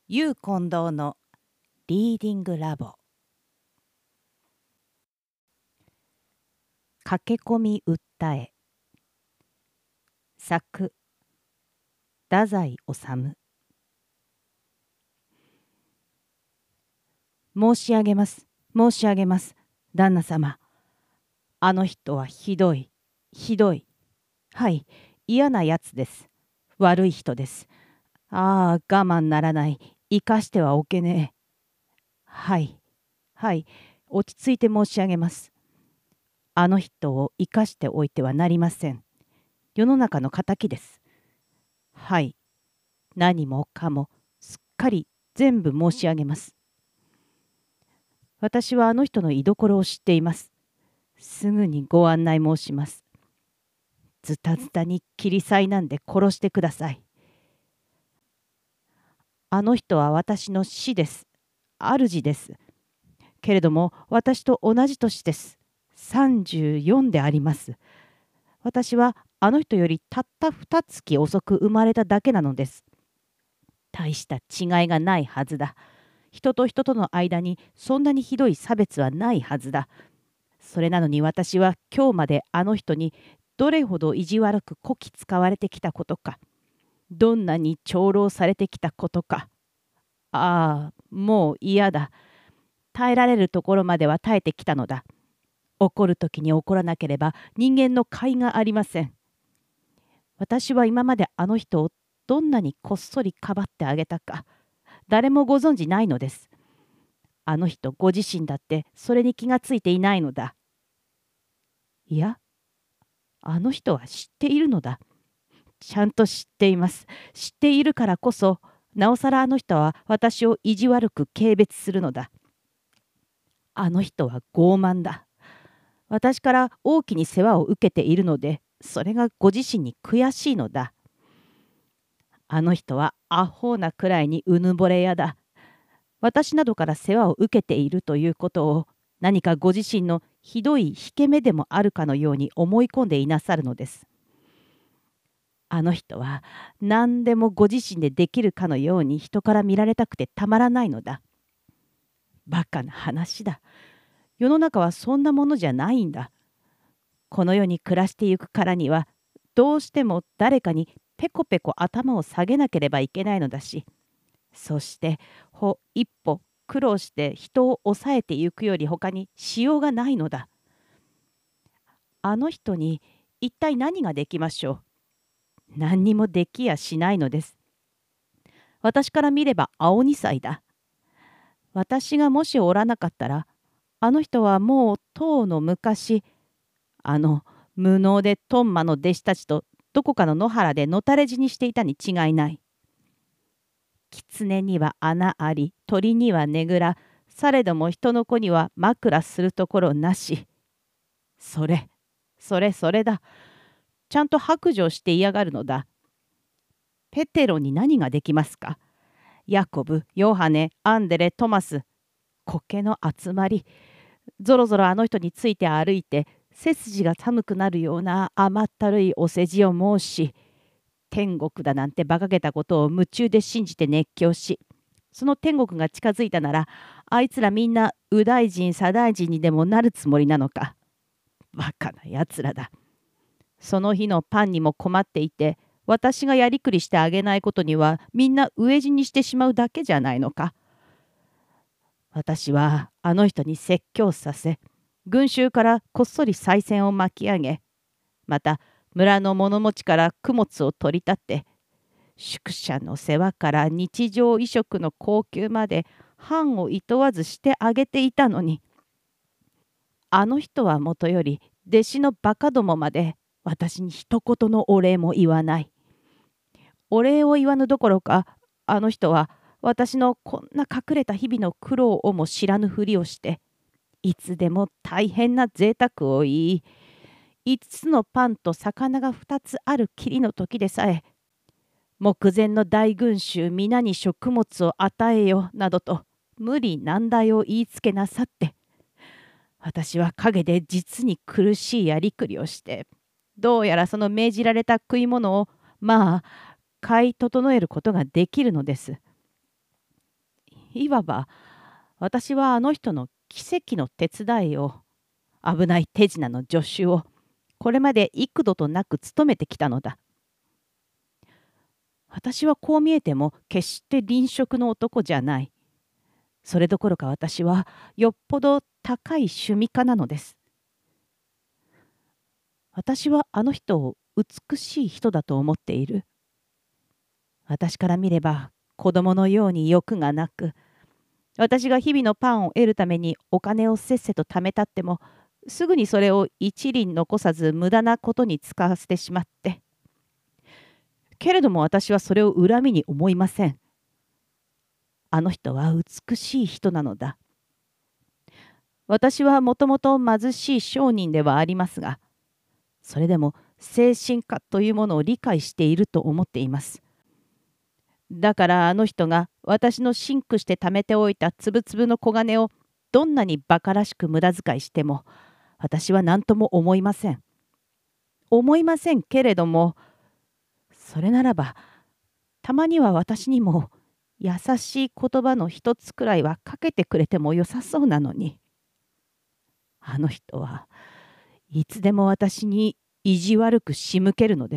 ユー近藤のリーディングラボ。駆け込み訴え。作太宰治。申し上げます、申し上げます、旦那様。あの人はひどい、ひどい。はい、嫌なやつです。悪い人です。ああ、我慢ならない。生かしてはおけねえ。はい、はい、落ち着いて申し上げます。あの人を生かしておいてはなりません。世の中の敵です。はい、何もかもすっかり全部申し上げます。私はあの人の居所を知っています。すぐにご案内申します。ズタズタに切り裂いなんで殺してください。あの人は私の師です。主です。けれども私と同じ年です。34であります。私はあの人よりたった2月遅く生まれただけなのです。大した違いがないはずだ。人と人との間にそんなにひどい差別はないはずだ。それなのに私は今日まであの人にどれほど意地悪くこき使われてきたことか、どんなに長老されてきたことか。ああ、もう嫌だ。耐えられるところまでは耐えてきたのだ。怒るときに怒らなければ人間の甲斐がありません。私は今まであの人をどんなにこっそりかばってあげたか、誰もご存じないのです。あの人ご自身だってそれに気がついていないのだ。いや、あの人は知っているのだ。ちゃんと知っています。知っているからこそ、なおさらあの人は私を意地悪く軽蔑するのだ。あの人は傲慢だ。私から大きに世話を受けているので、それがご自身に悔しいのだ。あの人はアホなくらいにうぬぼれ屋だ。私などから世話を受けているということを、何かご自身のひどい引け目でもあるかのように思い込んでいなさるのです。あの人は何でもご自身でできるかのように人から見られたくてたまらないのだ。バカな話だ。世の中はそんなものじゃないんだ。この世に暮らしてゆくからには、どうしても誰かにペコペコ頭を下げなければいけないのだし、そして一歩苦労して人を抑えてゆくより他にしようがないのだ。あの人に一体何ができましょう。何にもできやしないのです。私から見れば青二歳だ。私がもしおらなかったら、あの人はもうとうの昔、あの無能でトンマの弟子たちとどこかの野原でのたれ死にしていたに違いない。狐には穴あり、鳥にはねぐら、されども人の子には枕するところなし。それだ。ちゃんと白状して嫌がるのだ。ペテロに何ができますか。ヤコブ、ヨハネ、アンデレ、トマス、苔の集まり。ぞろぞろあの人について歩いて、背筋が寒くなるような甘ったるいお世辞を申し、天国だなんて馬鹿げたことを夢中で信じて熱狂し、その天国が近づいたなら、あいつらみんな右大臣左大臣にでもなるつもりなのか。バカなやつらだ。その日のパンにも困っていて、私がやりくりしてあげないことにはみんな飢え死にしてしまうだけじゃないのか。私はあの人に説教させ、群衆からこっそり賽銭を巻き上げ、また村の物持ちから供物を取り立て、宿舎の世話から日常衣食の高級まで藩をいとわずしてあげていたのに、あの人はもとより弟子のバカどもまで私に一言のお礼も言わない。お礼を言わぬどころか、あの人は私のこんな隠れた日々の苦労をも知らぬふりをして、いつでも大変な贅沢を言い、5つのパンと魚が2つあるきりの時でさえ、目前の大群衆皆に食物を与えよなどと無理難題を言いつけなさって、私は陰で実に苦しいやりくりをして、どうやらその命じられた食い物を買い整えることができるのです。 いわば私はあの人の奇跡の手伝いを、危ない手品の助手をこれまで幾度となく務めてきたのだ。私はこう見えても決して臨職の男じゃない。それどころか私はよっぽど高い趣味家なのです。私はあの人を美しい人だと思っている。私から見れば子供のように欲がなく、私が日々のパンを得るためにお金をせっせと貯めたっても、すぐにそれを一厘残さず無駄なことに使わせてしまって。けれども私はそれを恨みに思いません。あの人は美しい人なのだ。私はもともと貧しい商人ではありますが、それでも精神科というものを理解していると思っています。だからあの人が私のシンクして貯めておいたつぶつぶの小金をどんなに馬鹿らしく無駄遣いしても、私は何とも思いません。思いませんけれども、それならばたまには私にも優しい言葉の一つくらいはかけてくれてもよさそうなのに。あの人はいつでも私に意地悪く仕向けるのです。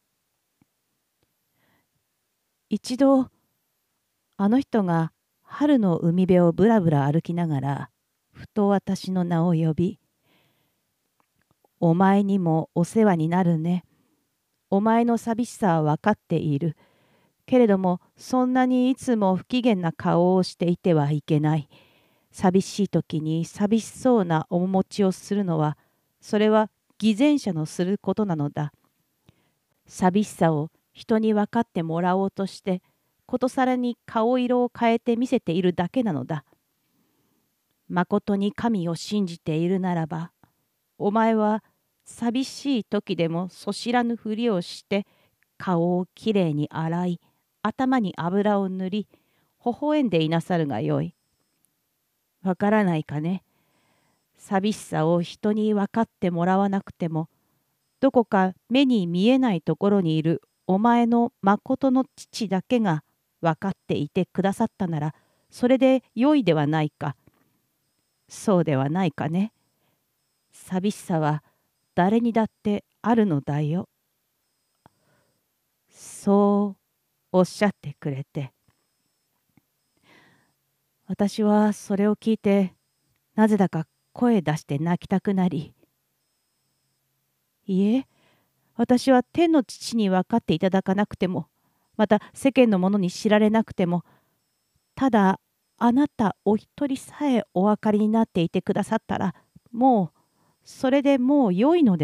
一度あの人が春の海辺をぶらぶら歩きながらふと私の名を呼び、お前にもお世話になるね。お前の寂しさは分かっている。けれどもそんなにいつも不機嫌な顔をしていてはいけない。寂しい時に寂しそうな面持ちをするのは、それは偽善者のすることなのだ。寂しさを人に分かってもらおうとして、ことさらに顔色を変えて見せているだけなのだ。まことに神を信じているならば、お前は寂しい時でもそしらぬふりをして顔をきれいに洗い、頭に油を塗り、微笑んでいなさるがよい。わからないかね。寂しさを人に分かってもらわなくても、どこか目に見えないところにいるお前のまことの父だけが分かっていてくださったなら、それでよいではないか。そうではないかね。寂しさは誰にだってあるのだよ。そうおっしゃってくれて。私はそれを聞いて、なぜだか声出して泣きたくなり、いえ、私は天の父に分かっていただかなくても、また世間の者に知られなくても、ただあなたお一人さえお分かりになっていてくださったら、もうそれでもう良いのです。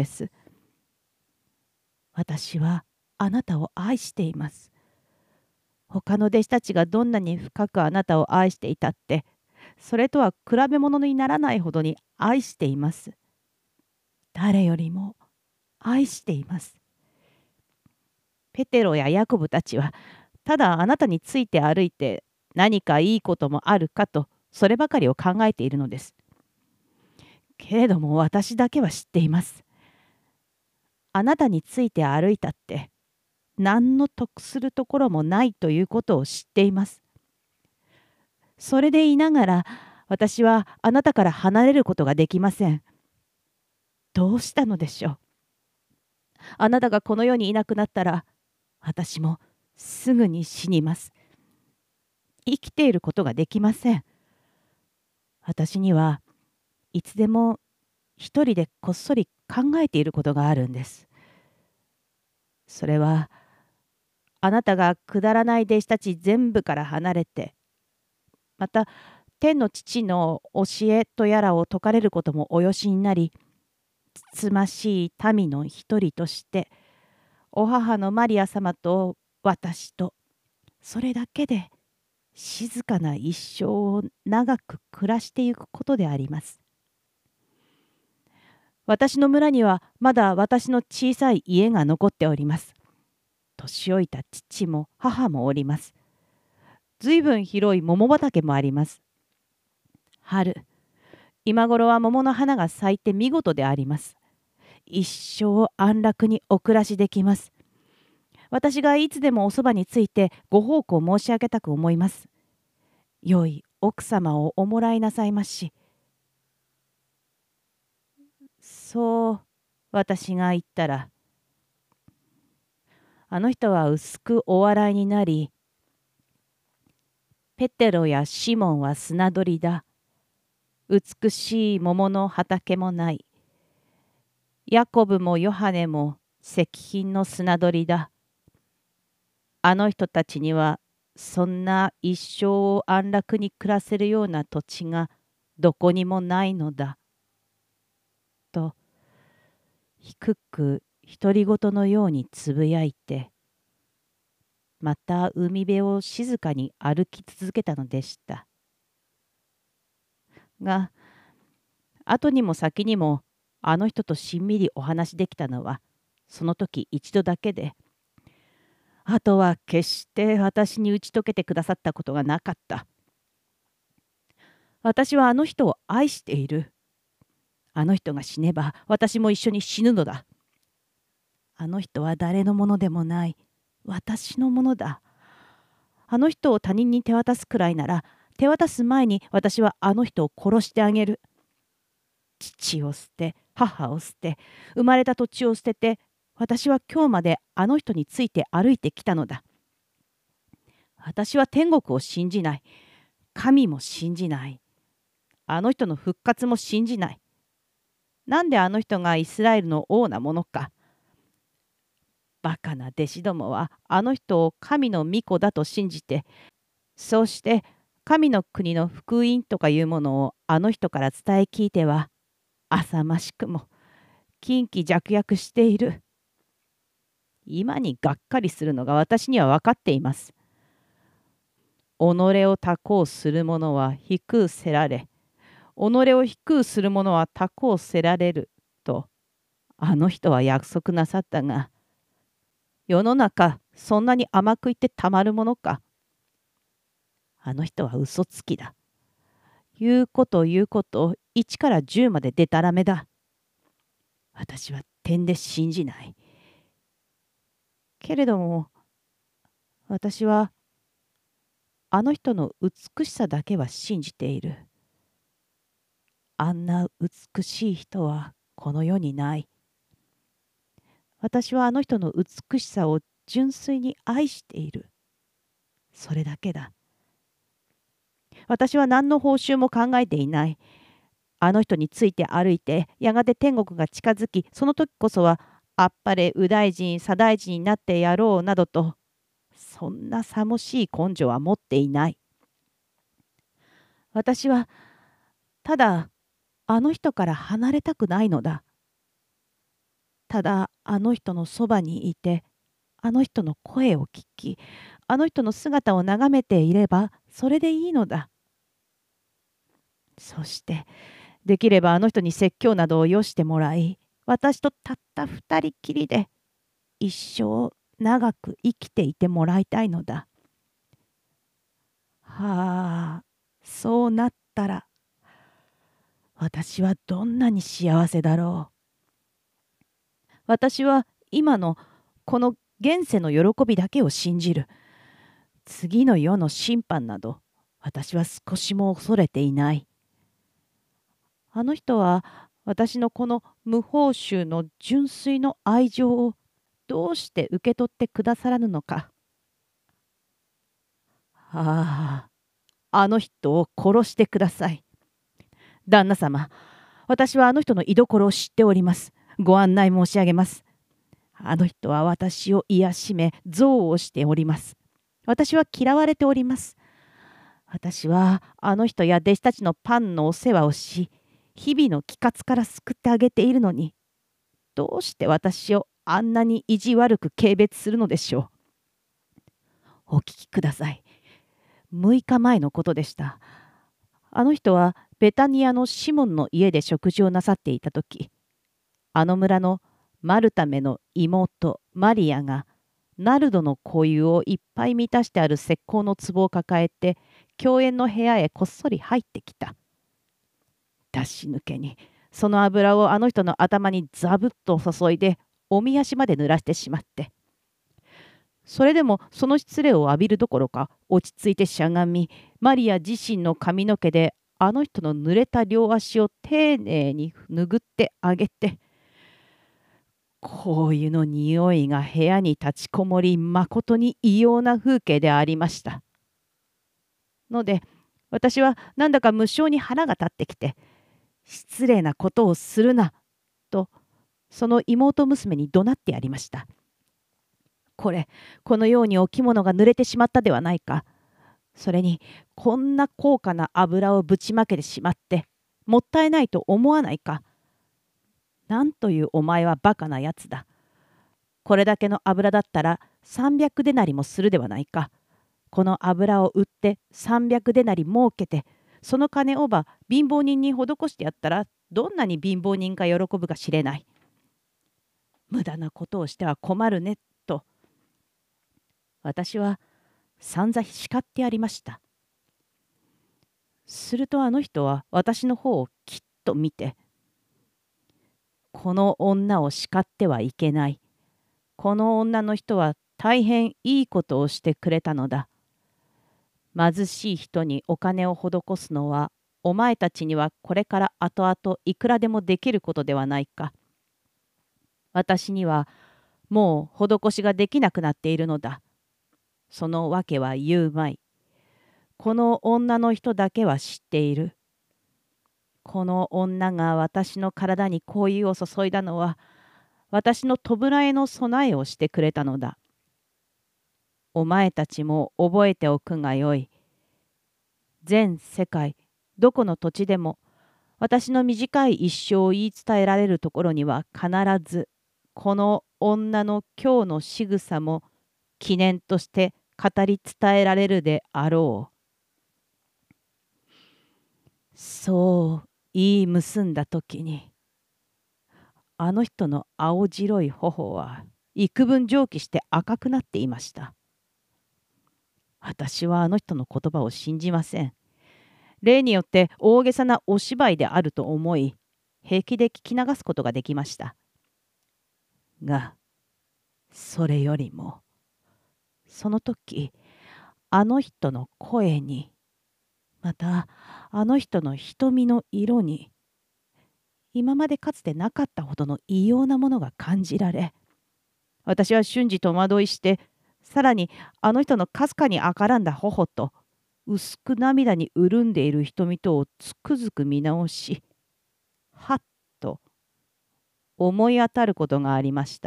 私はあなたを愛しています。他の弟子たちがどんなに深くあなたを愛していたって、それとは比べ物にならないほどに愛しています。誰よりも愛しています。ペテロやヤコブたちは、ただあなたについて歩いて何かいいこともあるかと、そればかりを考えているのです。けれども私だけは知っています。あなたについて歩いたって、何の得するところもないということを知っています。それでいながら、私はあなたから離れることができません。どうしたのでしょう。あなたがこの世にいなくなったら、私もすぐに死にます。生きていることができません。私にはいつでも一人でこっそり考えていることがあるんです。それは、あなたがくだらない弟子たち全部から離れて、また天の父の教えとやらを説かれることもおよしになり、つつましい民の一人として、お母のマリア様と私と、それだけで静かな一生を長く暮らしていくことであります。私の村にはまだ私の小さい家が残っております。年老いた父も母もおります。ずいぶん広い桃畑もあります。春、今頃は桃の花が咲いて見事であります。一生を安楽にお暮らしできます。私がいつでもおそばについてご奉公申し上げたく思います。 良い奥様をおもらいなさいまし。そう私が言ったら、あの人は薄くお笑いになり、ペテロやシモンは砂取りだ。美しい桃の畑もない。ヤコブもヨハネも石品の砂取りだ。あの人たちにはそんな一生を安楽に暮らせるような土地がどこにもないのだ。と低く独り言のようにつぶやいて、また海辺を静かに歩き続けたのでした。が、後にも先にもあの人としんみりお話できたのはその時一度だけで、あとは決して私に打ち解けてくださったことがなかった。私はあの人を愛している。あの人が死ねば私も一緒に死ぬのだ。あの人は誰のものでもない。私のものだ。あの人を他人に手渡すくらいなら、手渡す前に私はあの人を殺してあげる。父を捨て、母を捨て、生まれた土地を捨てて、私は今日まであの人について歩いてきたのだ。私は天国を信じない。神も信じない。あの人の復活も信じない。なんであの人がイスラエルの王なものか。バカな弟子どもはあの人を神の御子だと信じて、そうして神の国の福音とかいうものをあの人から伝え聞いては、浅ましくも近畿弱約している。今にがっかりするのが私には分かっています。己を他抗する者は低うせられ、己を低うする者は他抗せられるとあの人は約束なさったが、世の中そんなに甘く言ってたまるものか。あの人は嘘つきだ。言うこと1から10まででたらめだ。私は点で信じない。けれども私はあの人の美しさだけは信じている。あんな美しい人はこの世にない。私はあの人の美しさを純粋に愛している。それだけだ。私は何の報酬も考えていない。あの人について歩いて、やがて天国が近づき、その時こそは、あっぱれ右大臣、左大臣になってやろうなどと、そんなさもしい根性は持っていない。私は、ただ、あの人から離れたくないのだ。ただ、あの人のそばにいて、あの人の声を聞き、あの人の姿を眺めていれば、それでいいのだ。そして、できればあの人に説教などをよしてもらい、私とたった二人きりで一生長く生きていてもらいたいのだ。はあ、そうなったら、私はどんなに幸せだろう。私は今のこの現世の喜びだけを信じる。次の世の審判など、私は少しも恐れていない。あの人は私のこの無報酬の純粋の愛情をどうして受け取ってくださらぬのか。ああ、あの人を殺してください。旦那様、私はあの人の居所を知っております。ご案内申し上げます。あの人は私を癒しめ、憎悪をしております。私は嫌われております。私はあの人や弟子たちのパンのお世話をし、日々の飢渇から救ってあげているのに、どうして私をあんなに意地悪く軽蔑するのでしょう。お聞きください。6日前のことでした。あの人はベタニアのシモンの家で食事をなさっていたとき、あの村のマルタメの妹マリアがナルドの香油をいっぱい満たしてある石膏の壺を抱えて教園の部屋へこっそり入ってきた。出し抜けにその油をあの人の頭にザブッと注いでおみ足まで濡らしてしまって、それでもその失礼を浴びるどころか落ち着いてしゃがみ、 マリア自身の髪の毛であの人の濡れた両足を丁寧に拭ってあげて、香油の匂いが部屋に立ちこもり、まことに異様な風景でありました。ので、私はなんだか無性に腹が立ってきて、失礼なことをするな、と、その妹娘に怒鳴ってやりました。このようにお着物が濡れてしまったではないか。それに、こんな高価な油をぶちまけてしまって、もったいないと思わないか。なんというお前はバカなやつだ。これだけの油だったら300デナリもするではないか。この油を売って300デナリ儲けて、その金をば貧乏人に施してやったら、どんなに貧乏人が喜ぶかしれない。無駄なことをしては困るね、と。私は散々叱ってやりました。するとあの人は私の方をきっと見て、この女を叱ってはいけない。この女の人は大変いいことをしてくれたのだ。貧しい人にお金を施すのは、お前たちにはこれから後々いくらでもできることではないか。私にはもう施しができなくなっているのだ。そのわけは言うまい。この女の人だけは知っている。この女が私の体に香油を注いだのは、私の弔いの備えをしてくれたのだ。お前たちも覚えておくがよい。全世界、どこの土地でも、私の短い一生を言い伝えられるところには必ず、この女の今日の仕草も記念として語り伝えられるであろう。そう言い結んだ時に、あの人の青白い頬は幾分蒸気して赤くなっていました。私はあの人の言葉を信じません。例によって大げさなお芝居であると思い、平気で聞き流すことができました。が、それよりも、その時、あの人の声に、またあの人の瞳の色に、今までかつてなかったほどの異様なものが感じられ、私は瞬時戸惑いして、さらにあの人のかすかに赤らんだ頬と、薄く涙に潤んでいる瞳とをつくづく見直し、はっと思い当たることがありました。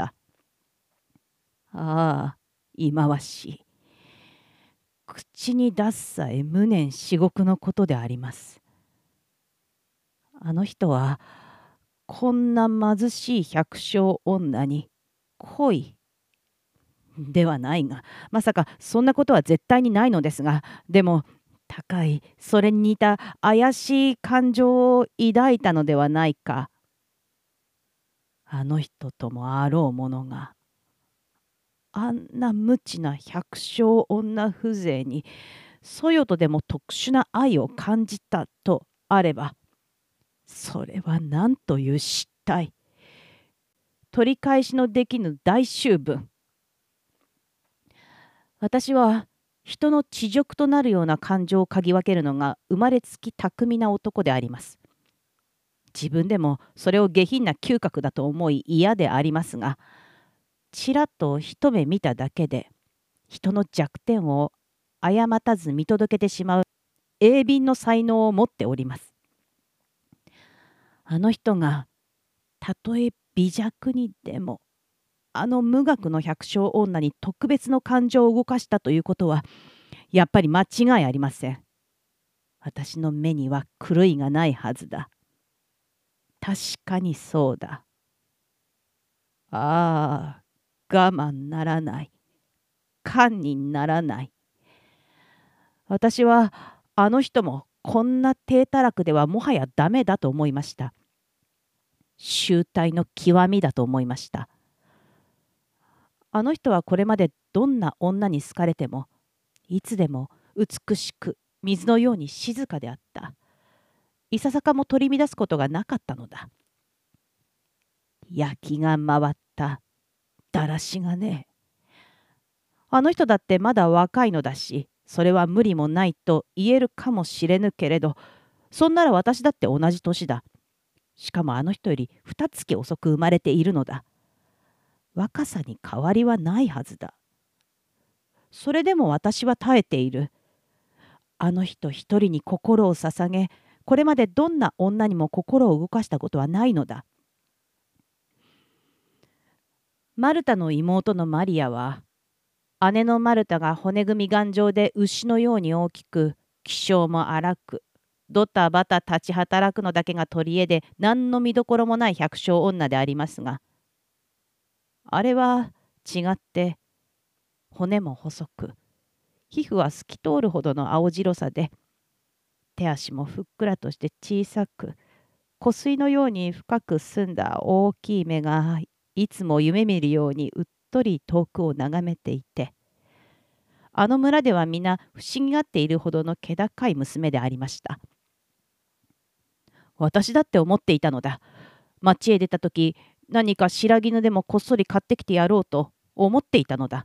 ああ、忌まわしい。口に出すさえ無念至極のことであります。あの人は、こんな貧しい百姓女に恋ではないが、まさかそんなことは絶対にないのですが、でも高い、それに似た怪しい感情を抱いたのではないか。あの人ともあろうものが、あんな無知な百姓女風情に、そよとでも特殊な愛を感じたとあれば、それは何という失態。取り返しのできぬ大醜聞。私は人の恥辱となるような感情を嗅ぎ分けるのが生まれつき巧みな男であります。自分でもそれを下品な嗅覚だと思い嫌でありますが、ちらっと一目見ただけで人の弱点を誤たず見届けてしまう鋭敏の才能を持っております。あの人がたとえ微弱にでもあの無学の百姓女に特別の感情を動かしたということはやっぱり間違いありません。私の目には狂いがないはずだ。確かにそうだ。ああ、我慢ならない。堪にならない。私はあの人もこんな低たらくではもはやダメだと思いました。醜態の極みだと思いました。あの人はこれまでどんな女に好かれても、いつでも美しく水のように静かであった。いささかも取り乱すことがなかったのだ。焼きが回っただらしがねえ。あの人だってまだ若いのだし、 それは無理もないと言えるかもしれぬけれど、そんなら私だって同じ年だ。しかもあの人より2月遅く生まれているのだ。若さに変わりはないはずだ。それでも私は耐えている。あの人一人に心を捧げ、これまでどんな女にも心を動かしたことはないのだ。マルタの妹のマリアは、姉のマルタが骨組み頑丈で牛のように大きく、気性も荒く、ドタバタ立ち働くのだけが取り柄で何の見どころもない百姓女でありますが、あれは違って骨も細く、皮膚は透き通るほどの青白さで、手足もふっくらとして小さく、湖水のように深く澄んだ大きい目がいつも夢見るようにうっとり遠くを眺めていて、あの村では皆不思議がっているほどの気高い娘でありました。私だって思っていたのだ。町へ出た時、何か白絹でもこっそり買ってきてやろうと思っていたのだ。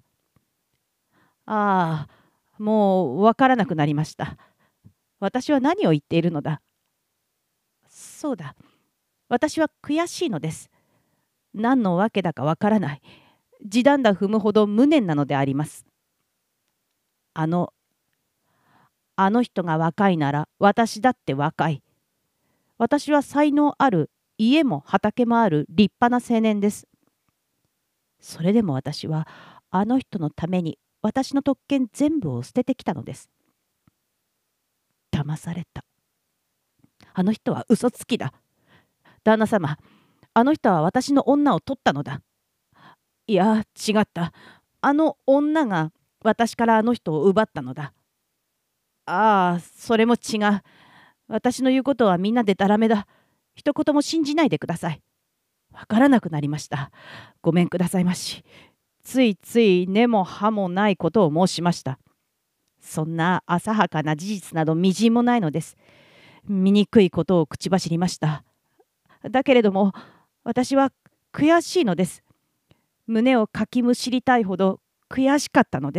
ああ、もうわからなくなりました。私は何を言っているのだ。そうだ。私は悔しいのです。何のわけだかわからない。地団打踏むほど無念なのであります。あの人が若いなら私だって若い。私は才能ある、家も畑もある立派な青年です。それでも私はあの人のために私の特権全部を捨ててきたのです。騙された。あの人は嘘つきだ。旦那様、あの人は私の女を取ったのだ。いや、違った。あの女が私からあの人を奪ったのだ。ああ、それも違う。私の言うことはみんなでたらめだ。一言も信じないでください。わからなくなりました。ごめんくださいまし。ついつい根も葉もないことを申しました。そんな浅はかな事実などみじんもないのです。醜いことを口走りました。だけれども、私は悔しいのです。胸をかきむしりたいほど悔しかったのです。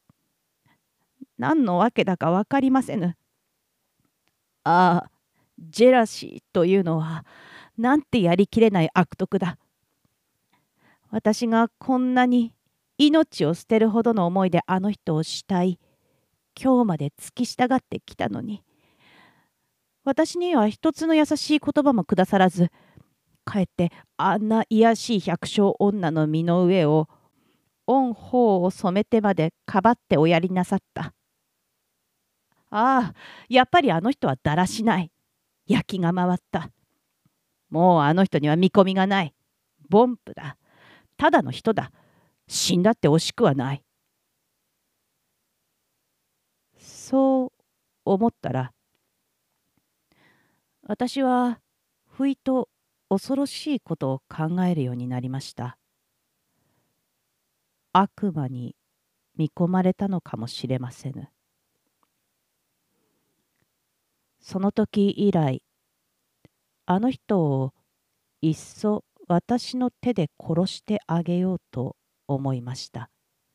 何のわけだか分かりませぬ。ああ、ジェラシーというのは、なんてやりきれない悪徳だ。私がこんなに命を捨てるほどの思いであの人を慕い、今日まで付き従ってきたのに、私には一つの優しい言葉もくださらず、かえってあんな卑しい百姓女の身の上を、御頬を染めてまでかばっておやりなさった。ああ、やっぱりあの人はだらしない。焼きが回った。もうあの人には見込みがない。凡夫だ。ただの人だ。死んだって惜しくはない。そう思ったら、私はふいと恐ろしいことを考えるようになりました。悪魔に見込まれたのかもしれませぬ。その時以来、あの人をいっそ私の手で殺してあげようと思いました。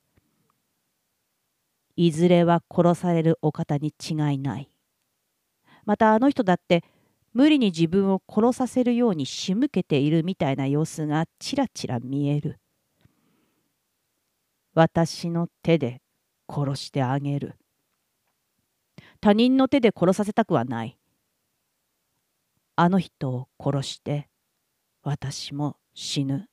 いずれは殺されるお方に違いない。またあの人だって無理に自分を殺させるように仕向けているみたいな様子がちらちら見える。私の手で殺してあげる。他人の手で殺させたくはない。あの人を殺して私も死ぬ。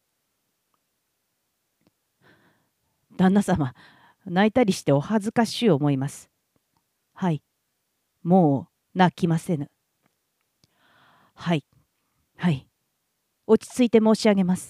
旦那様、泣いたりしてお恥ずかしい思います。はい、もう泣きませぬ。はい、はい、落ち着いて申し上げます。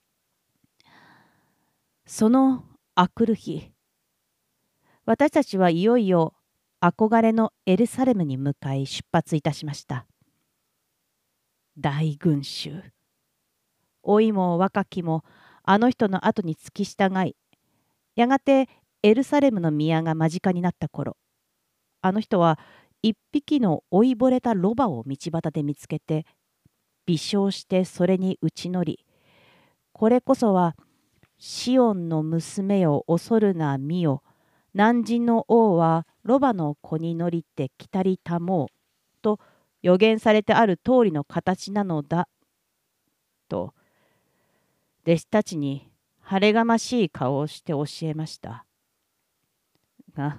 そのあくる日、私たちはいよいよ憧れのエルサレムに向かい出発いたしました。大群衆。老いも若きもあの人の後に付き従い、やがてエルサレムの宮が間近になった頃、あの人は一匹の老いぼれたロバを道端で見つけて、微笑してそれに打ち乗り、これこそはシオンの娘よ恐るなみよ、 南人の王はロバの子に乗りて来たりたもうと予言されてある通りの形なのだと弟子たちに晴れがましい顔をして教えました。が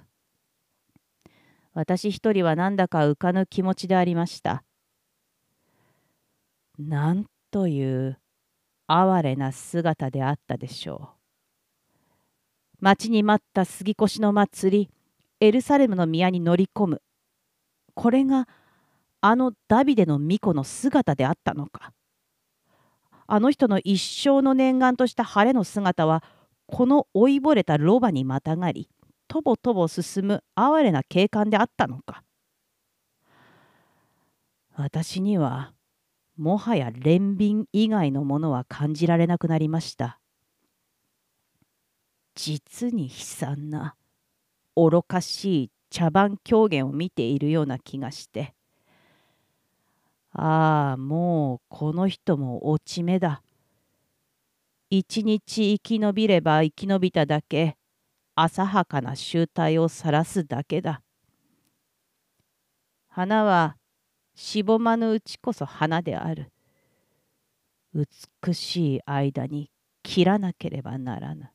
私一人はなんだか浮かぬ気持ちでありました。なんという哀れな姿であったでしょう。待ちに待った杉越の祭り、エルサレムの宮に乗り込む。これがあのダビデの巫女の姿であったのか。あの人の一生の念願とした晴れの姿は、この老いぼれたロバにまたがり、とぼとぼ進む哀れな景観であったのか。私には、もはや憐憫以外のものは感じられなくなりました。実に悲惨な、愚かしい茶番狂言を見ているような気がして、ああ、もうこの人も落ち目だ。一日生き延びれば生き延びただけ、浅はかな醜態を晒すだけだ。花はしぼまぬうちこそ花である。美しい間に切らなければならぬ。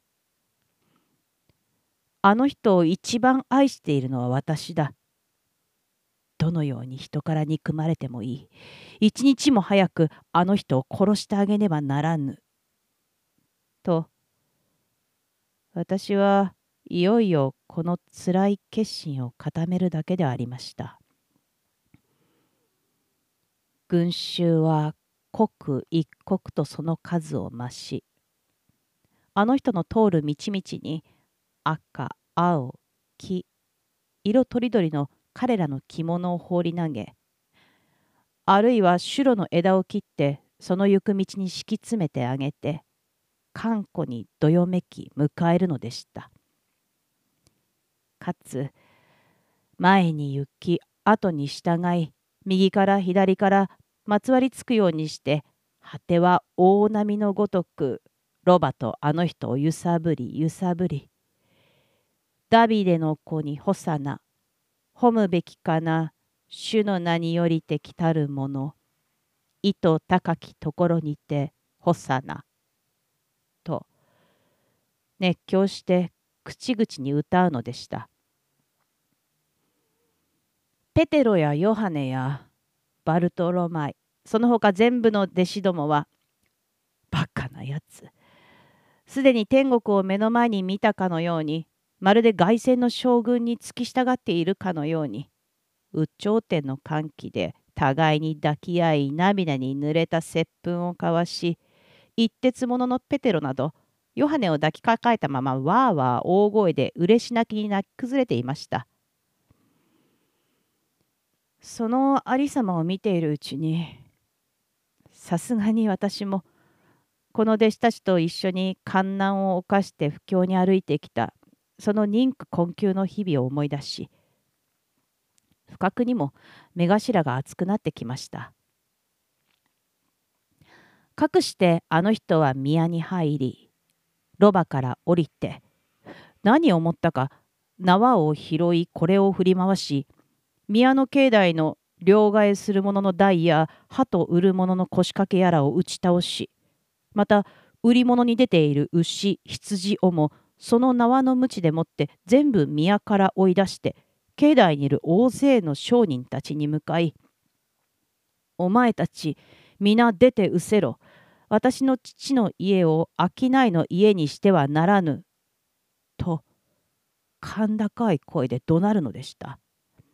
あの人を一番愛しているのは私だ。どのように人から憎まれてもいい。一日も早くあの人を殺してあげねばならぬ。と、私はいよいよこのつらい決心を固めるだけでありました。群衆は刻一刻とその数を増し、あの人の通る道々に赤、青、黄、色とりどりの彼らの着物を放り投げ、あるいはシュロの枝を切ってその行く道に敷き詰めてあげて、頑固にどよめき迎えるのでした。かつ前に行き後に従い、右から左からまつわりつくようにして、果ては大波のごとくロバとあの人を揺さぶり揺さぶり、ダビデの子にホサナ、褒むべきかな、主の名によりて来たるもの、意図高きところにてホサナ、と熱狂して口々に歌うのでした。ペテロやヨハネやバルトロマイ、その他全部の弟子どもは、バカなやつ、すでに天国を目の前に見たかのように、まるで凱旋の将軍に付き従っているかのように、有頂天の歓喜で互いに抱き合い、涙に濡れた接吻を交わし、一徹者のペテロなど、ヨハネを抱きかかえたままわーわー大声で嬉し泣きに泣き崩れていました。そのありさまを見ているうちに、さすがに私もこの弟子たちと一緒に患難を冒して布教に歩いてきたその忍苦困窮の日々を思い出し、不覚にも目頭が熱くなってきました。かくしてあの人は宮に入り、ロバから降りて、何を思ったか縄を拾いこれを振り回し、宮の境内の両替する者の台や鳩売る者の腰掛けやらを打ち倒し、また売り物に出ている牛羊をもその縄の鞭でもって全部宮から追い出して、境内にいる大勢の商人たちに向かい、お前たち皆出て失せろ。私の父の家を商いの家にしてはならぬ。と甲高い声で怒鳴るのでした。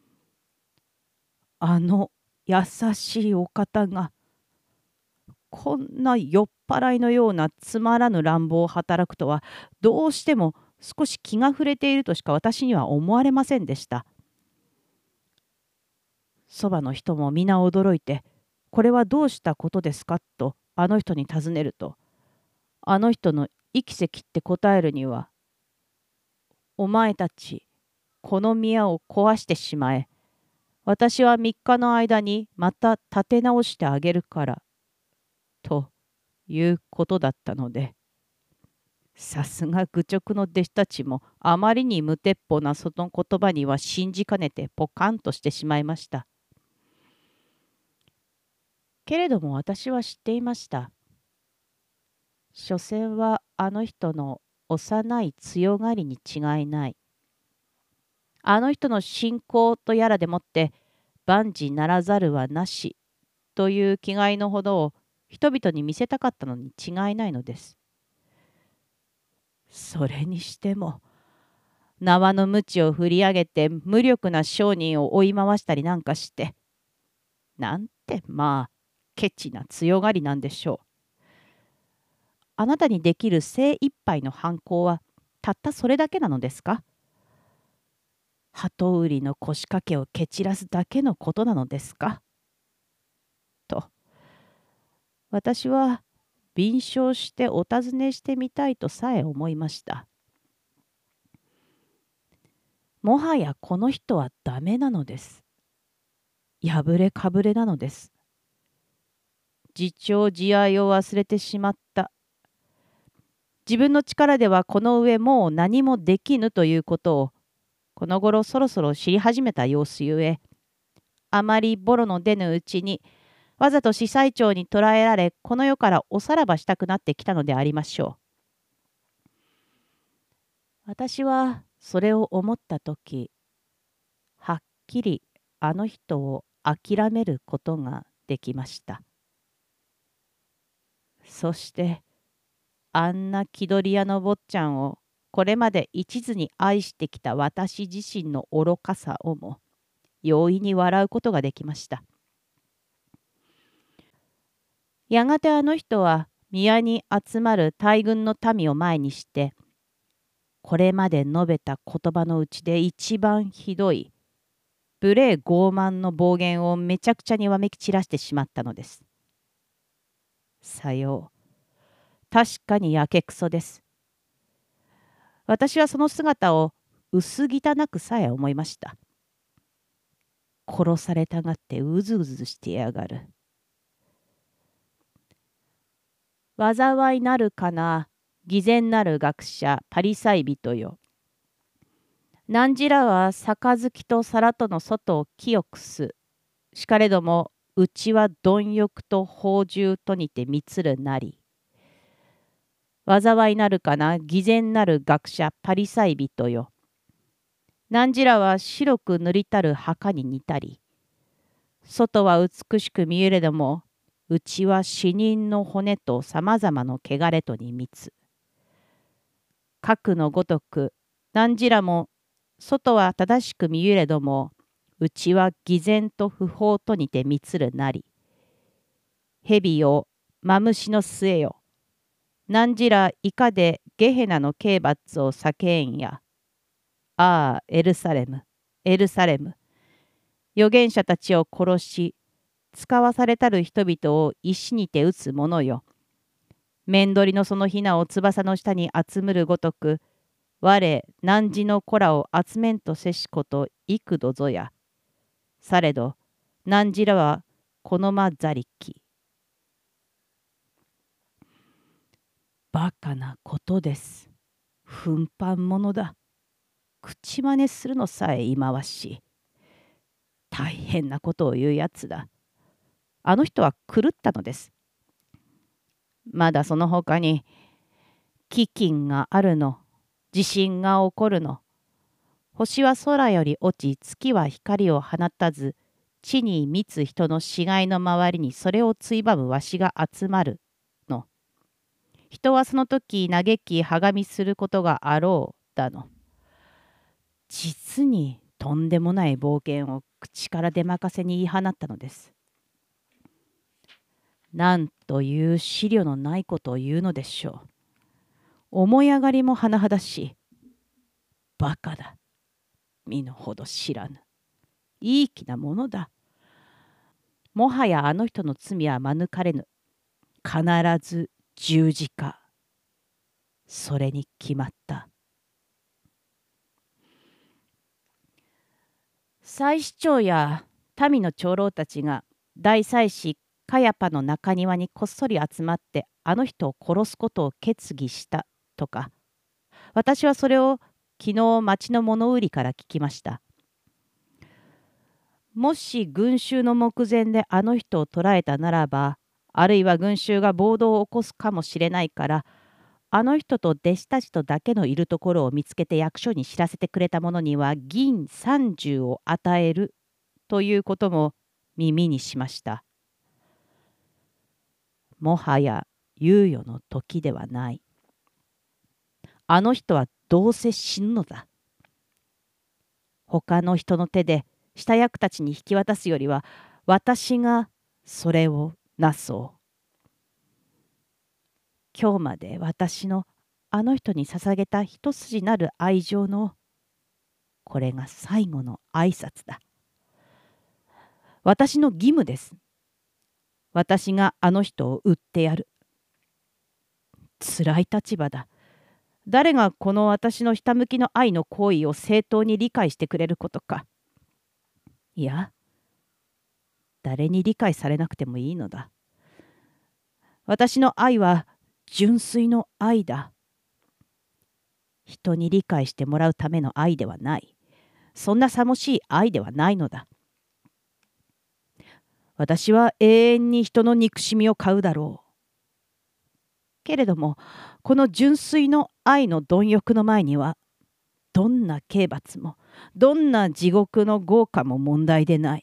あの優しいお方がこんな酔っ払いのようなつまらぬ乱暴を働くとは、どうしても少し気が触れているとしか私には思われませんでした。そばの人も皆驚いて、これはどうしたことですかとあの人に尋ねると、あの人の息せきって答えるには、お前たちこの宮を壊してしまえ。私は3日の間にまた建て直してあげるから。ということだったので、 さすが愚直の弟子たちもあまりに無鉄砲なその言葉には信じかねてポカンとしてしまいました。けれども私は知っていました。所詮はあの人の幼い強がりに違いない。あの人の信仰とやらでもって万事ならざるはなしという気概のほどを人々に見せたかったのに違いないのです。それにしても縄の鞭を振り上げて無力な商人を追い回したりなんかして、なんてまあケチな強がりなんでしょう。あなたにできる精一杯の反抗はたったそれだけなのですか？鳩売りの腰掛けを蹴散らすだけのことなのですか？と私は便乗してお尋ねしてみたいとさえ思いました。もはやこの人はダメなのです。破れかぶれなのです。自重自愛を忘れてしまった。自分の力ではこの上もう何もできぬということをこの頃そろそろ知り始めた様子ゆえ、あまりボロの出ぬうちにわざと司祭長に捕らえられこの世からおさらばしたくなってきたのでありましょう。私はそれを思った時、はっきりあの人を諦めることができました。そしてあんな気取り屋の坊ちゃんをこれまで一途に愛してきた私自身の愚かさをも容易に笑うことができました。やがてあの人は宮に集まる大軍の民を前にしてこれまで述べた言葉のうちで一番ひどい無礼傲慢の暴言をめちゃくちゃにわめき散らしてしまったのです。さよう、確かにやけくそです。私はその姿を薄汚くさえ思いました。殺されたがってうずうずしてやがる。災いなるかな、偽善なる学者、パリサイ人よ。汝らは杯と皿との外を清くす。しかれども、うちは貪欲と放縦とにてみつるなり。災いなるかな、偽善なる学者、パリサイ人よ。汝らは白く塗りたる墓に似たり。外は美しく見えれども、うちは死人の骨とさまざまの汚れとにみつ。核のごとく、汝らも外は正しく見えれども、うちは偽善と不法とにてみつるなり。蛇よ、マムシの末よ。汝ら以下でゲヘナの刑罰を避けんや。ああ、エルサレム、エルサレム。預言者たちを殺し、使わされたる人々を石にて打つ者よ。面取りのそのひなを翼の下に集むるごとく、我、汝の子らを集めんとせしこと幾度ぞや。されど、汝らはこのまざりき。バカなことです。奮発者だ。口真似するのさえ忌まわしい。大変なことを言うやつだ。あの人は狂ったのです。まだその他に、飢饉があるの、地震が起こるの、星は空より落ち、月は光を放たず、地に満つ人の死骸の周りにそれをついばむわしが集まるの。人はその時嘆きはがみすることがあろうだの。実にとんでもない暴言を口から出まかせに言い放ったのです。なんという資料のないことを言うのでしょう。思い上がりも甚だしい。バカだ。身の程知らぬ。いい気なものだ。もはやあの人の罪は免れぬ。必ず十字架。それに決まった。祭司長や民の長老たちが大祭司カヤパの中庭にこっそり集まってあの人を殺すことを決議したとか。私はそれを昨日町の物売りから聞きました。もし群衆の目前であの人を捕らえたならば、あるいは群衆が暴動を起こすかもしれないから、あの人と弟子たちとだけのいるところを見つけて役所に知らせてくれた者には銀30を与えるということも耳にしました。もはや猶予の時ではない。あの人はどうせ死ぬのだ。他の人の手で下役たちに引き渡すよりは私がそれをなそう。今日まで私のあの人に捧げた一筋なる愛情のこれが最後の挨拶だ。私の義務です。私があの人を売ってやる。辛い立場だ。誰がこの私のひたむきの愛の行為を正当に理解してくれることか。いや、誰に理解されなくてもいいのだ。私の愛は純粋の愛だ。人に理解してもらうための愛ではない。そんなさもしい愛ではないのだ。私は永遠に人の憎しみを買うだろう。けれども、この純粋の愛の貪欲の前には、どんな刑罰も、どんな地獄の業火も問題でない。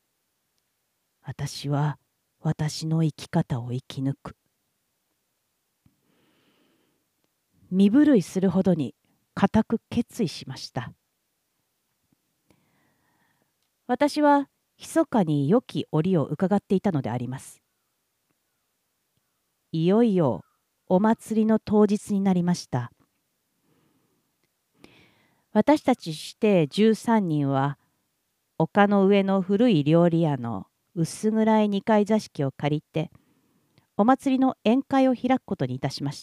私は私の生き方を生き抜く。身震いするほどに固く決意しました。私は密かに良き折を伺っていたのであります。いよいよお祭りの当日になりました。私たちして13人は丘の上の古い料理屋の薄暗い2階座敷を借りてお祭りの宴会を開くことにいたしました。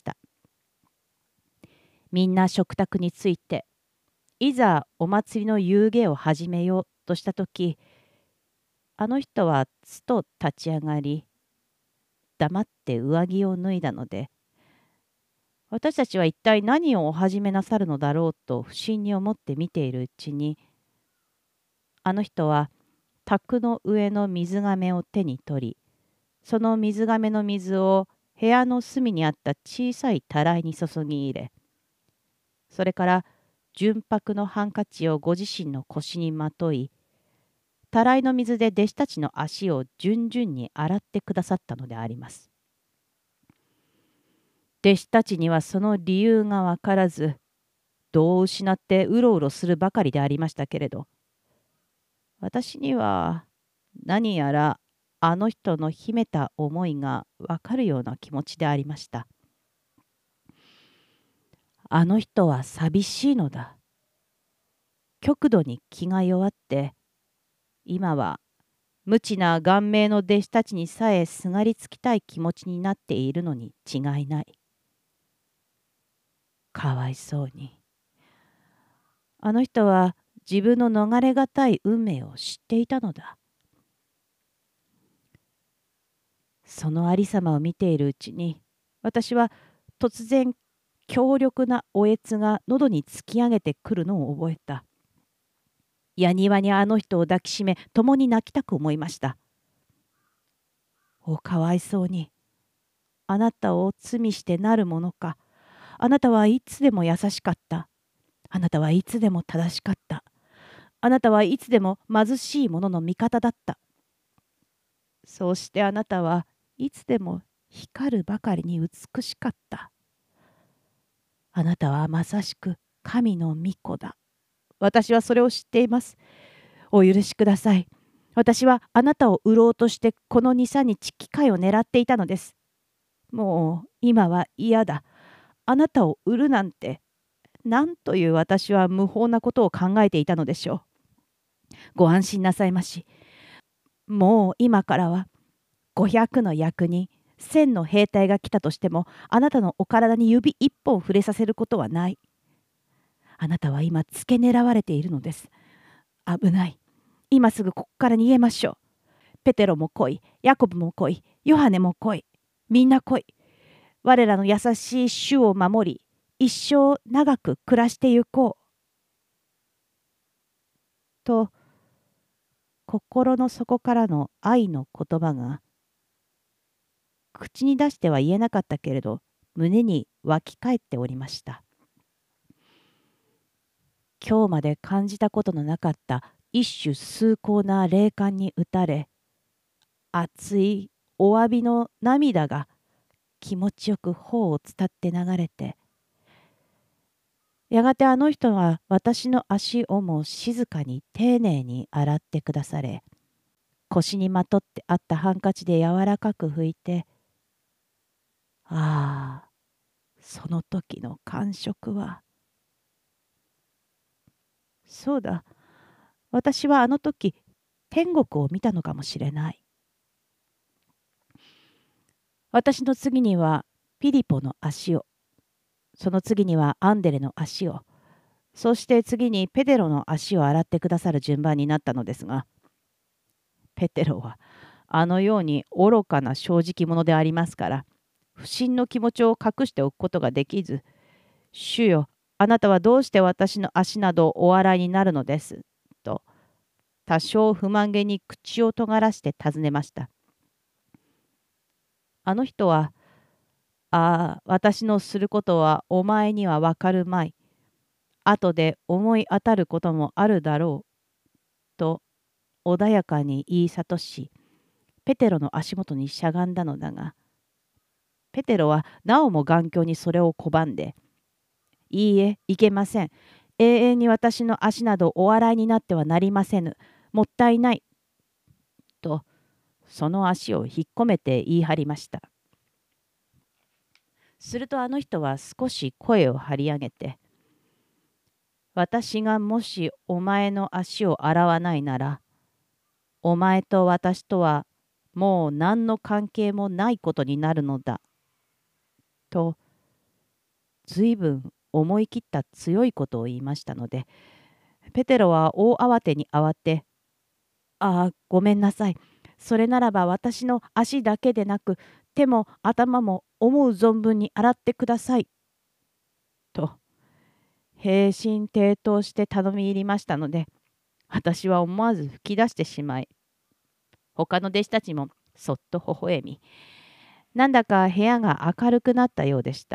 みんな食卓についていざお祭りの夕げを始めようとしたとき、あの人はつと立ち上がり黙って上着を脱いだので、私たちは一体何をお始めなさるのだろうと不審に思って見ているうちに、あの人は卓の上の水甕を手に取り、その水甕の水を部屋の隅にあった小さいたらいに注ぎ入れ、それから純白のハンカチをご自身の腰にまとい、たらいの水で弟子たちの足を順々に洗ってくださったのであります。弟子たちにはその理由が分からず、度を失ってうろうろするばかりでありましたけれど、私には何やらあの人の秘めた思いが分かるような気持ちでありました。あの人は寂しいのだ。極度に気が弱って、今は無知な顔面の弟子たちにさえすがりつきたい気持ちになっているのに違いない。かわいそうに。あの人は自分の逃れがたい運命を知っていたのだ。そのありさまを見ているうちに、私は突然強力なおえつが喉に突き上げてくるのを覚えた。やにわにあの人を抱きしめ、共に泣きたく思いました。おかわいそうに。あなたを罪してなるものか。あなたはいつでも優しかった。あなたはいつでも正しかった。あなたはいつでも貧しい者の味方だった。そうしてあなたはいつでも光るばかりに美しかった。あなたはまさしく神の御子だ。私はそれを知っています。お許しください。私はあなたを売ろうとしてこの2、3日機会を狙っていたのです。もう今は嫌だ。あなたを売るなんて、なんという私は無法なことを考えていたのでしょう。ご安心なさいまし。もう今からは500の役人、1000の兵隊が来たとしても、あなたのお体に指一本触れさせることはない。あなたは今付け狙われているのです。危ない。今すぐここから逃げましょう。ペテロも来い、ヤコブも来い、ヨハネも来い。みんな来い。我らの優しい主を守り、 一生長く暮らしてゆこう。と、心の底からの愛の言葉が、口に出しては言えなかったけれど、胸に湧き返っておりました。今日まで感じたことのなかった一種崇高な霊感に打たれ、熱いお詫びの涙が気持ちよく頬を伝って流れて、やがてあの人は私の足をも静かに丁寧に洗ってくだされ、腰にまとってあったハンカチで柔らかく拭いて、ああ、その時の感触は。そうだ、私はあの時天国を見たのかもしれない。私の次にはピリポの足を、その次にはアンデレの足を、そして次にペテロの足を洗ってくださる順番になったのですが、ペテロはあのように愚かな正直者でありますから、不審の気持ちを隠しておくことができず、主よ、あなたはどうして私の足などをお洗いになるのですと、多少不満げに口を尖らして尋ねました。あの人は、ああ、私のすることはお前にはわかるまい。後で思い当たることもあるだろう。と穏やかに言い諭し、ペテロの足元にしゃがんだのだが、ペテロはなおも頑強にそれを拒んで、いいえ、いけません。永遠に私の足などお洗いになってはなりませぬ。もったいない。と、その足を引っ込めて言い張りました。するとあの人は少し声を張り上げて、私がもしお前の足を洗わないなら、お前と私とはもう何の関係もないことになるのだ。と、ずいぶん思い切った強いことを言いましたので、ペテロは大慌てに慌て、ああ、ごめんなさい。それならば私の足だけでなく、手も頭も思う存分に洗ってください。と、平身低頭して頼み入りましたので、私は思わず吹き出してしまい、他の弟子たちもそっと微笑み、なんだか部屋が明るくなったようでした。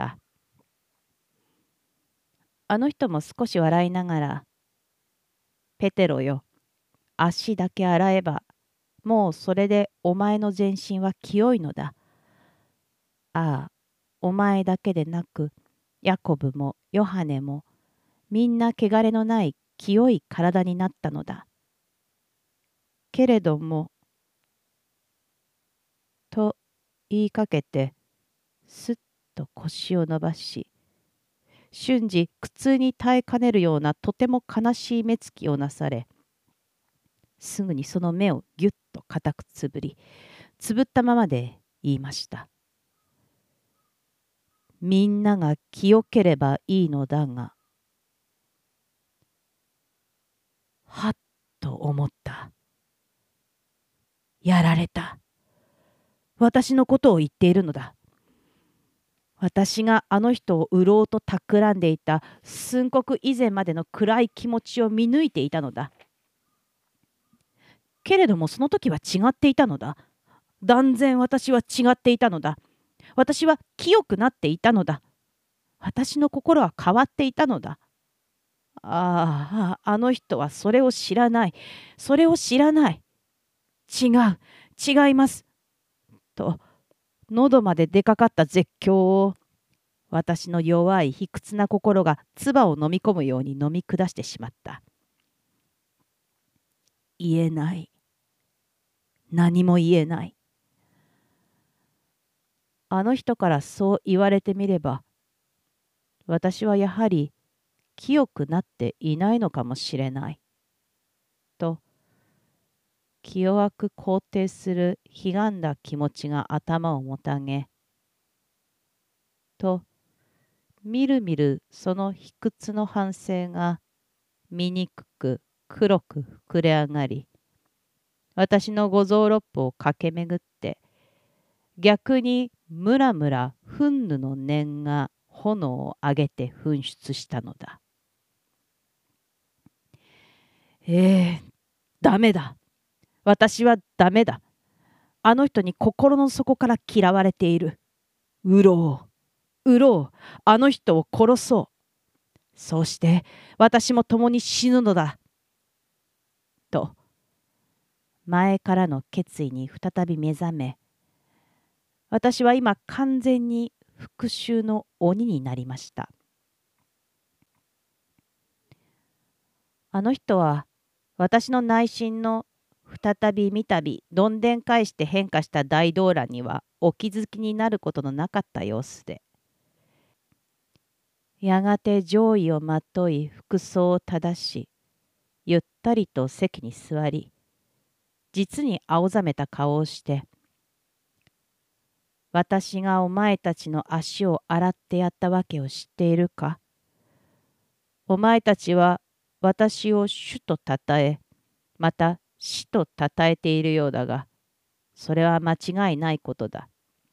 あの人も少し笑いながら、ペテロよ、足だけ洗えば、もうそれでお前の全身は清いのだ。ああ、お前だけでなく、ヤコブもヨハネも、みんな汚れのない清い体になったのだ。けれども、と言いかけて、すっと腰を伸ばし、瞬時苦痛に耐えかねるようなとても悲しい目つきをなされ、すぐにその目をぎゅっと固くつぶり、つぶったままで言いました。みんなが清ければいいのだが、はっと思った。やられた。私のことを言っているのだ。私があの人を売ろうと企んでいた寸刻以前までの暗い気持ちを見抜いていたのだ。けれどもその時は違っていたのだ。断然私は違っていたのだ。私は清くなっていたのだ。私の心は変わっていたのだ。ああ、あの人はそれを知らない。それを知らない。違う、違います。と、喉まで出かかった絶叫を、私の弱い卑屈な心が唾を飲み込むように飲み下してしまった。言えない。何も言えない。あの人からそう言われてみれば、私はやはり清くなっていないのかもしれない。と、気弱く肯定するひがんだ気持ちが頭をもたげ、と、みるみるその卑屈の反省が醜く黒く膨れ上がり、私の五臓六腑を駆け巡って、逆にムラムラ憤怒の念が炎を上げて噴出したのだ。ダメだ。私はダメだ。あの人に心の底から嫌われている。売ろう。売ろう。あの人を殺そう。そうして私も共に死ぬのだ。と、前からの決意に再び目覚め、私は今完全に復讐の鬼になりました。あの人は私の内心の再び三度どんでん返して変化した大動乱にはお気づきになることのなかった様子で、やがて上衣をまとい服装を正し、ゆったりと席に座り、実に青ざめた顔をして、私がお前たちの足を洗ってやったわけを知っているか？お前たちは私を主とたたえ、また死とたたえているようだが、それは間違いないことだ。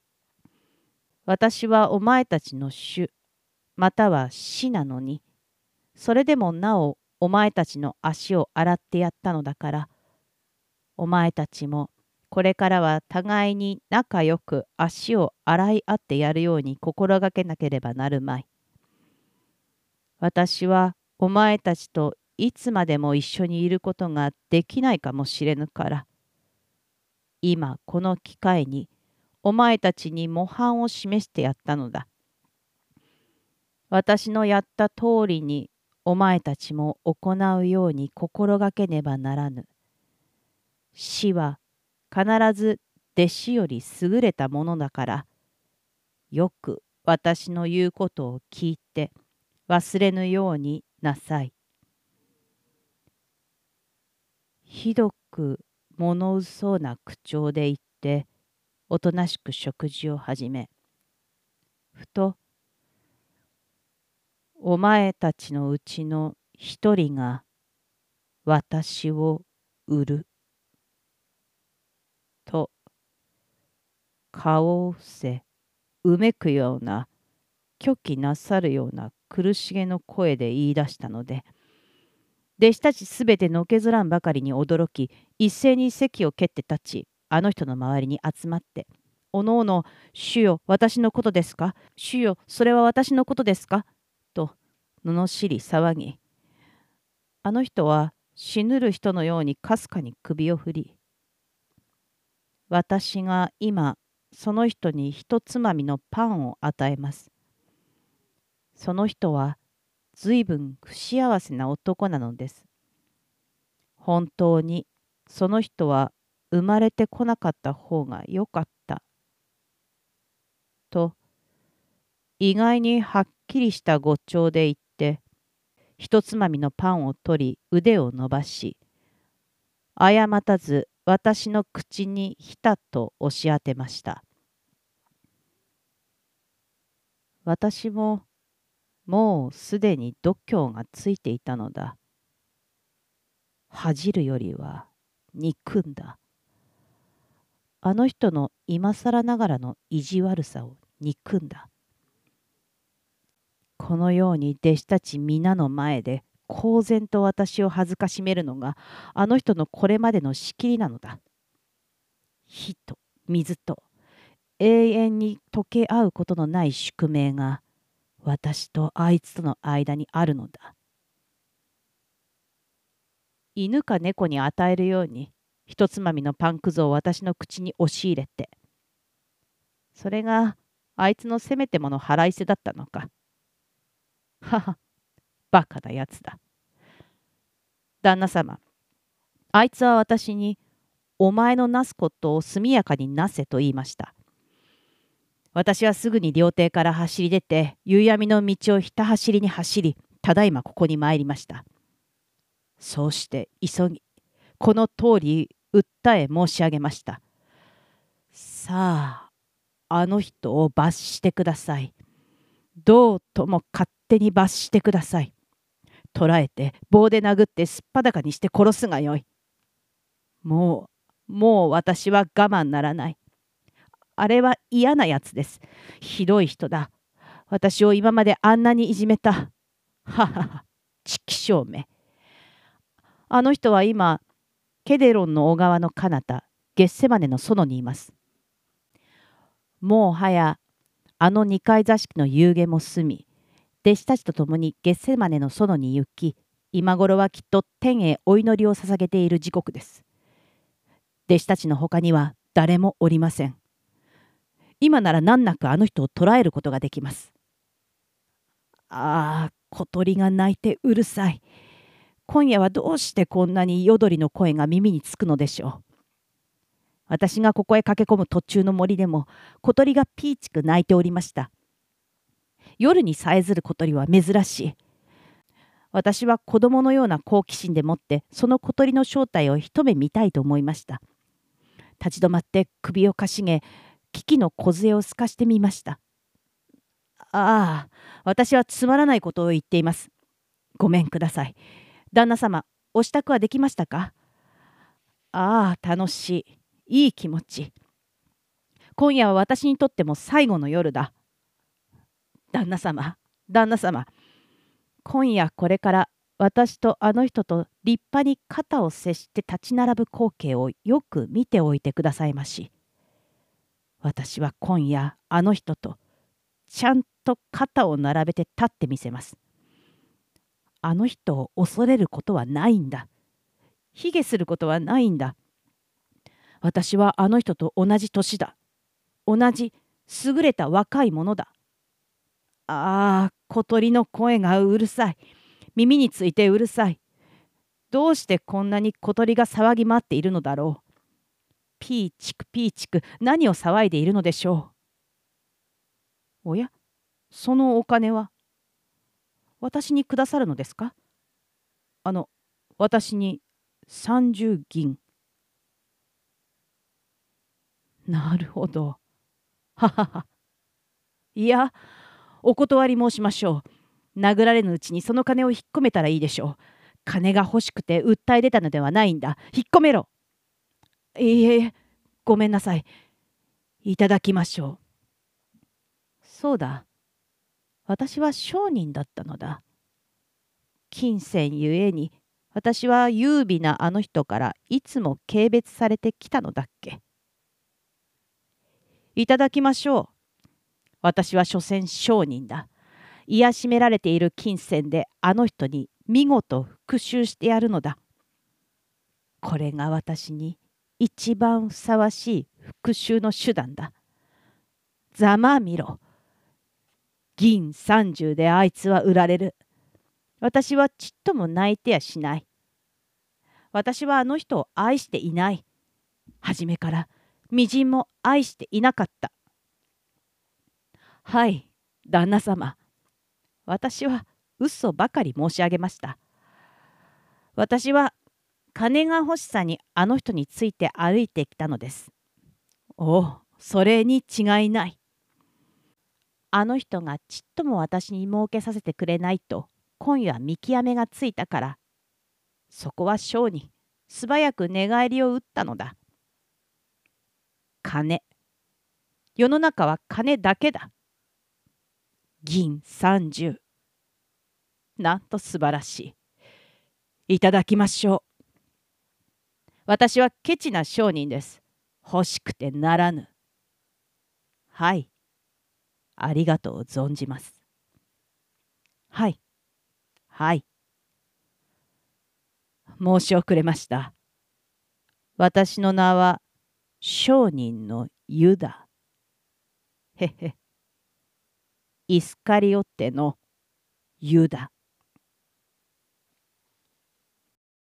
私はお前たちの主、または死なのに、それでもなおお前たちの足を洗ってやったのだから、お前たちもこれからは互いに仲良く足を洗い合ってやるように心がけなければなるまい。私はお前たちといつまでも一緒にいることができないかもしれぬから、今この機会にお前たちに模範を示してやったのだ。私のやった通りにお前たちも行うように心がけねばならぬ。死は必ず弟子より優れたものだから、よく私の言うことを聞いて忘れぬようになさい。ひどく物うそうな口調で言って、おとなしく食事を始め、ふと、お前たちのうちの一人が私を売る。と、顔を伏せ、うめくような、拒否なさるような苦しげの声で言い出したので、弟子たちすべてのけぞらんばかりに驚き、一斉に席を蹴って立ち、あの人の周りに集まって、おのおの、主よ、私のことですか？主よ、それは私のことですか？と、罵り騒ぎ、あの人は死ぬる人のようにかすかに首を振り、私が今、その人に一つまみのパンを与えます。その人は、ずいぶん不幸せな男なのです。本当に、その人は生まれてこなかった方がよかった。と、意外にはっきりした語調で言って、一つまみのパンを取り腕を伸ばし、誤たず私の口にひたと押し当てました。私ももうすでに度胸がついていたのだ。恥じるよりは憎んだ。あの人の今更ながらの意地悪さを憎んだ。このように弟子たち皆の前で公然と私を恥ずかしめるのがあの人のこれまでの仕切りなのだ。火と水と永遠に溶け合うことのない宿命が私とあいつとの間にあるのだ。犬か猫に与えるように一つまみのパンくずを私の口に押し入れて、それがあいつのせめてもの腹いせだったのか。はは、バカなやつだ。旦那様、あいつは私にお前のなすことを速やかになせと言いました。私はすぐに料亭から走り出て、夕闇の道をひた走りに走り、ただいまここに参りました。そうして急ぎ、この通り訴え申し上げました。さあ、あの人を罰してください。どうとも勝手に罰してください。捕らえて棒で殴ってすっぱだかにして殺すがよい。もう私は我慢ならない。あれは嫌なやつです。ひどい人だ。 私を今まであんなにいじめた。ははは、ちきしょうめ。あの人は今、ケデロンの小川の彼方、ゲッセマネの園にいます。もうはや、あの二階座敷の夕げも過ぎ、弟子たちと共にゲッセマネの園に行き、今頃はきっと天へお祈りを捧げている時刻です。弟子たちの他には誰もおりません。今なら難なくあの人を捕らえることができます。ああ、小鳥が鳴いてうるさい。今夜はどうしてこんなによどりの声が耳につくのでしょう。私がここへ駆け込む途中の森でも小鳥がピーチク鳴いておりました。夜にさえずる小鳥は珍しい。私は子供のような好奇心でもってその小鳥の正体を一目見たいと思いました。立ち止まって首をかしげ、危機の梢を透かしてみました。ああ、私はつまらないことを言っています。ごめんください。旦那様、お支度はできましたか？ああ、楽しい。いい気持ち。今夜は私にとっても最後の夜だ。旦那様、旦那様。今夜これから私とあの人と立派に肩を接して立ち並ぶ光景をよく見ておいてくださいまし。私は今夜あの人とちゃんと肩を並べて立ってみせます。あの人を恐れることはないんだ。卑下することはないんだ。私はあの人と同じ年だ。同じ優れた若い者だ。ああ、小鳥の声がうるさい。耳についてうるさい。どうしてこんなに小鳥が騒ぎ回っているのだろう。ピーチクピーチク、何を騒いでいるのでしょう。おや、そのお金は私にくださるのですか？私に30銀。なるほど。ははは。いや、お断り申しましょう。殴られぬうちにその金を引っ込めたらいいでしょう。金が欲しくて訴え出たのではないんだ。引っ込めろ。いいえ、ごめんなさい。いただきましょう。そうだ。私は商人だったのだ。金銭ゆえに、私は優美なあの人からいつも軽蔑されてきたのだっけ。いただきましょう。私は所詮商人だ。癒しめられている金銭であの人に見事復讐してやるのだ。これが私に一番ふさわしい復讐の手段だ。ざまあみろ。銀30であいつは売られる。私はちっとも泣いてやしない。私はあの人を愛していない。初めからみじんも愛していなかった。はい、旦那様。私は嘘ばかり申し上げました。私は金が欲しさにあの人について歩いてきたのです。おお、それに違いない。あの人がちっとも私に儲けさせてくれないと今夜見極めがついたから、そこは商に素早く寝返りを打ったのだ。金。世の中は金だけだ。銀30。なんと素晴らしい。いただきましょう。私はケチな商人です。欲しくてならぬ。はい。ありがとう存じます。はい。はい。申し遅れました。私の名は商人のユダ。へへ。イスカリオテのユダ。